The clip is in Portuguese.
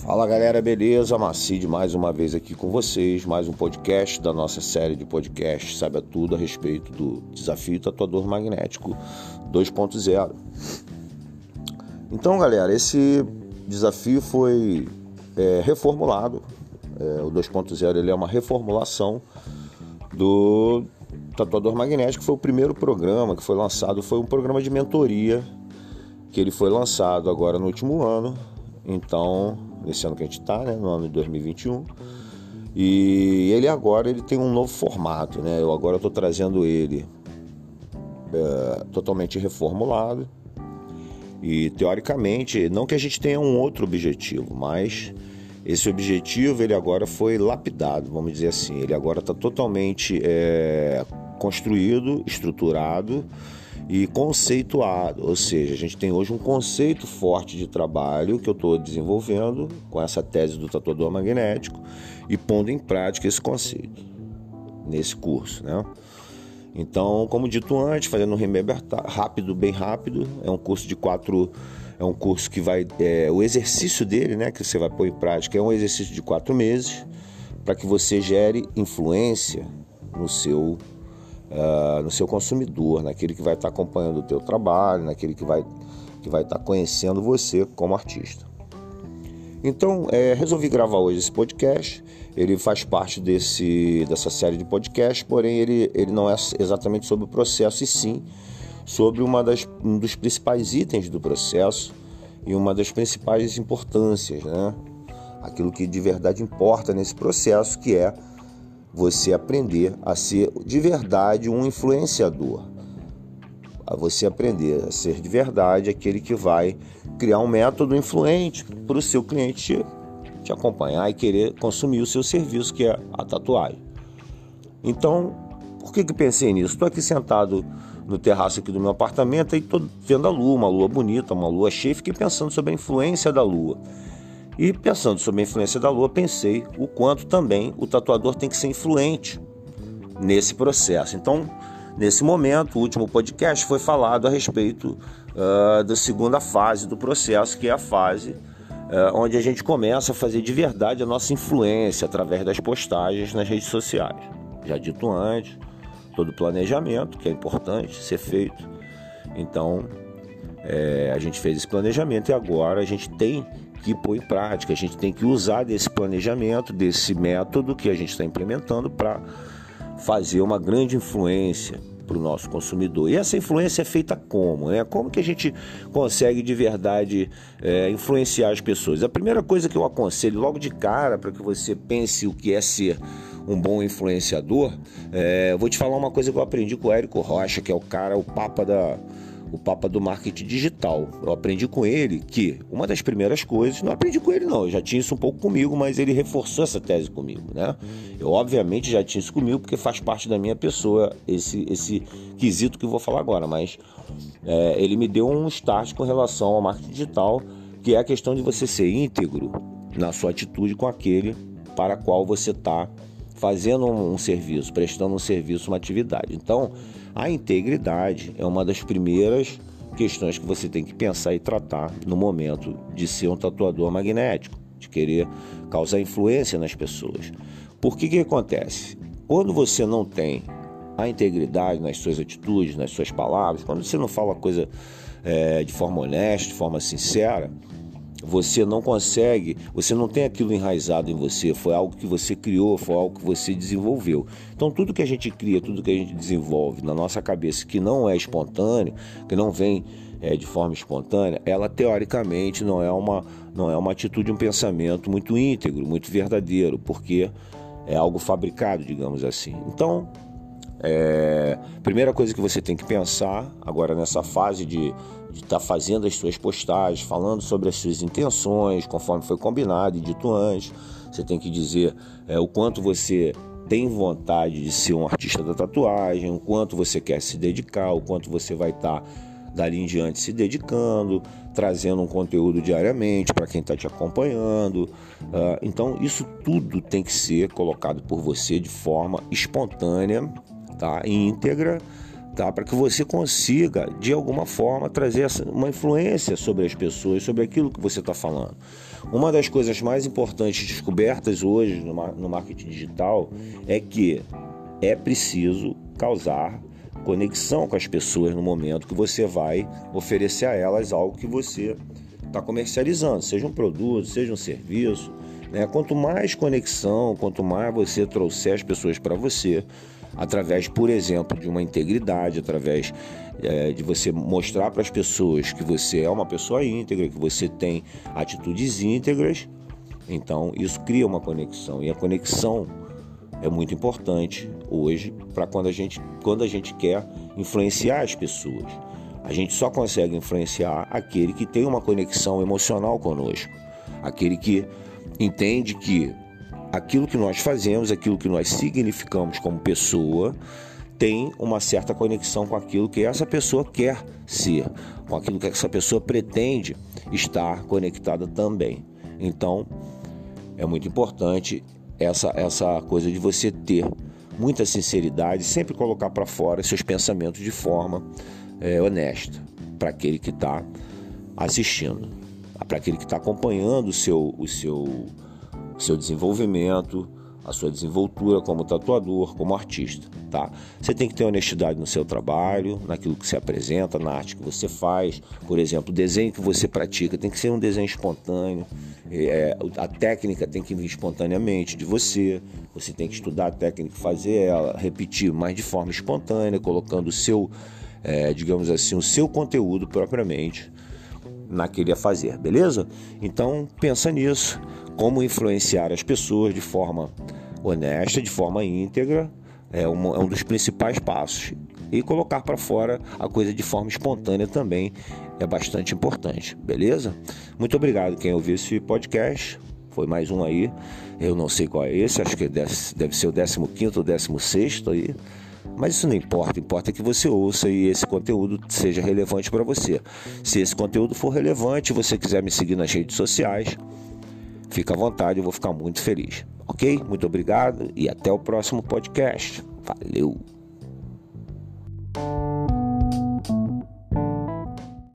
Fala galera, beleza? Macide mais uma vez aqui com vocês, mais um podcast da nossa série de podcasts Saiba Tudo a respeito do Desafio Tatuador Magnético 2.0. Então galera, esse desafio foi reformulado, o 2.0 ele é uma reformulação do Tatuador Magnético. Foi o primeiro programa que foi lançado, foi um programa de mentoria que ele foi lançado agora no último ano. Então, nesse ano que a gente está, no ano de 2021, e ele agora tem um novo formato, Eu agora estou trazendo ele totalmente reformulado e, teoricamente, não que a gente tenha um outro objetivo, mas esse objetivo ele agora foi lapidado, vamos dizer assim. Ele agora está totalmente construído, estruturado e conceituado, ou seja, a gente tem hoje um conceito forte de trabalho que eu estou desenvolvendo com essa tese do tatuador magnético e pondo em prática esse conceito nesse curso, Então, como dito antes, fazendo um remember rápido, bem rápido, é um curso de 4, é um curso que vai, o exercício dele, que você vai pôr em prática, é um exercício de 4 meses para que você gere influência no seu consumidor, naquele que vai estar acompanhando o teu trabalho, naquele que vai estar conhecendo você como artista. Então, resolvi gravar hoje esse podcast. Ele faz parte dessa série de podcasts, porém ele não é exatamente sobre o processo, e sim sobre um dos principais itens do processo e uma das principais importâncias, Aquilo que de verdade importa nesse processo, que é você aprender a ser de verdade um influenciador. A você aprender a ser de verdade aquele que vai criar um método influente para o seu cliente te acompanhar e querer consumir o seu serviço, que é a tatuagem. Então, por que pensei nisso? Estou aqui sentado no terraço aqui do meu apartamento e estou vendo a lua, uma lua bonita, uma lua cheia, e fiquei pensando sobre a influência da lua. E pensando sobre a influência da lua, pensei o quanto também o tatuador tem que ser influente nesse processo. Então, nesse momento, o último podcast foi falado a respeito da segunda fase do processo, que é a fase onde a gente começa a fazer de verdade a nossa influência através das postagens nas redes sociais. Já dito antes, todo o planejamento, que é importante ser feito. Então, a gente fez esse planejamento e agora a gente tem que pôr em prática, a gente tem que usar desse planejamento, desse método que a gente está implementando para fazer uma grande influência para o nosso consumidor. E essa influência é feita como? Como que a gente consegue de verdade influenciar as pessoas? A primeira coisa que eu aconselho logo de cara, para que você pense o que é ser um bom influenciador, eu vou te falar uma coisa que eu aprendi com o Érico Rocha, que é o papa do marketing digital. Eu aprendi com ele que uma das primeiras coisas, não aprendi com ele não, eu já tinha isso um pouco comigo, mas ele reforçou essa tese comigo, Eu obviamente já tinha isso comigo porque faz parte da minha pessoa esse quesito que eu vou falar agora, mas ele me deu um start com relação ao marketing digital, que é a questão de você ser íntegro na sua atitude com aquele para qual você está fazendo um serviço, prestando um serviço, uma atividade. Então, a integridade é uma das primeiras questões que você tem que pensar e tratar no momento de ser um tatuador magnético, de querer causar influência nas pessoas. Por que acontece? Quando você não tem a integridade nas suas atitudes, nas suas palavras, quando você não fala a coisa de forma honesta, de forma sincera, você não consegue, você não tem aquilo enraizado em você, foi algo que você criou, foi algo que você desenvolveu. Então tudo que a gente cria, tudo que a gente desenvolve na nossa cabeça que não é espontâneo, que não vem de forma espontânea, ela teoricamente não é uma atitude, um pensamento muito íntegro, muito verdadeiro, porque é algo fabricado, digamos assim. Então, primeira coisa que você tem que pensar agora nessa fase de estar fazendo as suas postagens, falando sobre as suas intenções, conforme foi combinado e dito antes. Você tem que dizer o quanto você tem vontade de ser um artista da tatuagem, o quanto você quer se dedicar, o quanto você vai estar dali em diante se dedicando, trazendo um conteúdo diariamente para quem está te acompanhando. Então isso tudo tem que ser colocado por você de forma espontânea, íntegra, tá? Para que você consiga, de alguma forma, trazer uma influência sobre as pessoas, sobre aquilo que você está falando. Uma das coisas mais importantes descobertas hoje no marketing digital é que é preciso causar conexão com as pessoas no momento que você vai oferecer a elas algo que você está comercializando, seja um produto, seja um serviço, né? Quanto mais conexão, quanto mais você trouxer as pessoas para você, através, por exemplo, de uma integridade, através de você mostrar para as pessoas que você é uma pessoa íntegra, que você tem atitudes íntegras, então isso cria uma conexão. E a conexão é muito importante hoje para quando a gente quer influenciar as pessoas. A gente só consegue influenciar aquele que tem uma conexão emocional conosco, aquele que entende que aquilo que nós fazemos, aquilo que nós significamos como pessoa, tem uma certa conexão com aquilo que essa pessoa quer ser, com aquilo que essa pessoa pretende estar conectada também. Então, é muito importante essa coisa de você ter muita sinceridade, sempre colocar para fora seus pensamentos de forma honesta, para aquele que está assistindo, para aquele que está acompanhando o seu desenvolvimento, a sua desenvoltura como tatuador, como artista, tá? Você tem que ter honestidade no seu trabalho, naquilo que você apresenta, na arte que você faz. Por exemplo, o desenho que você pratica tem que ser um desenho espontâneo, a técnica tem que vir espontaneamente de você. Você tem que estudar a técnica, fazer ela, repetir, mas de forma espontânea, colocando o seu, digamos assim, o seu conteúdo propriamente naquele a fazer, beleza? Então, pensa nisso, como influenciar as pessoas de forma honesta, de forma íntegra, é um dos principais passos. E colocar para fora a coisa de forma espontânea também é bastante importante, beleza? Muito obrigado quem ouviu esse podcast, foi mais um aí, eu não sei qual é esse, acho que deve ser o 15º ou 16º aí, mas isso não importa, importa que você ouça e esse conteúdo seja relevante para você. Se esse conteúdo for relevante e você quiser me seguir nas redes sociais, fica à vontade, eu vou ficar muito feliz. Ok? Muito obrigado e até o próximo podcast. Valeu!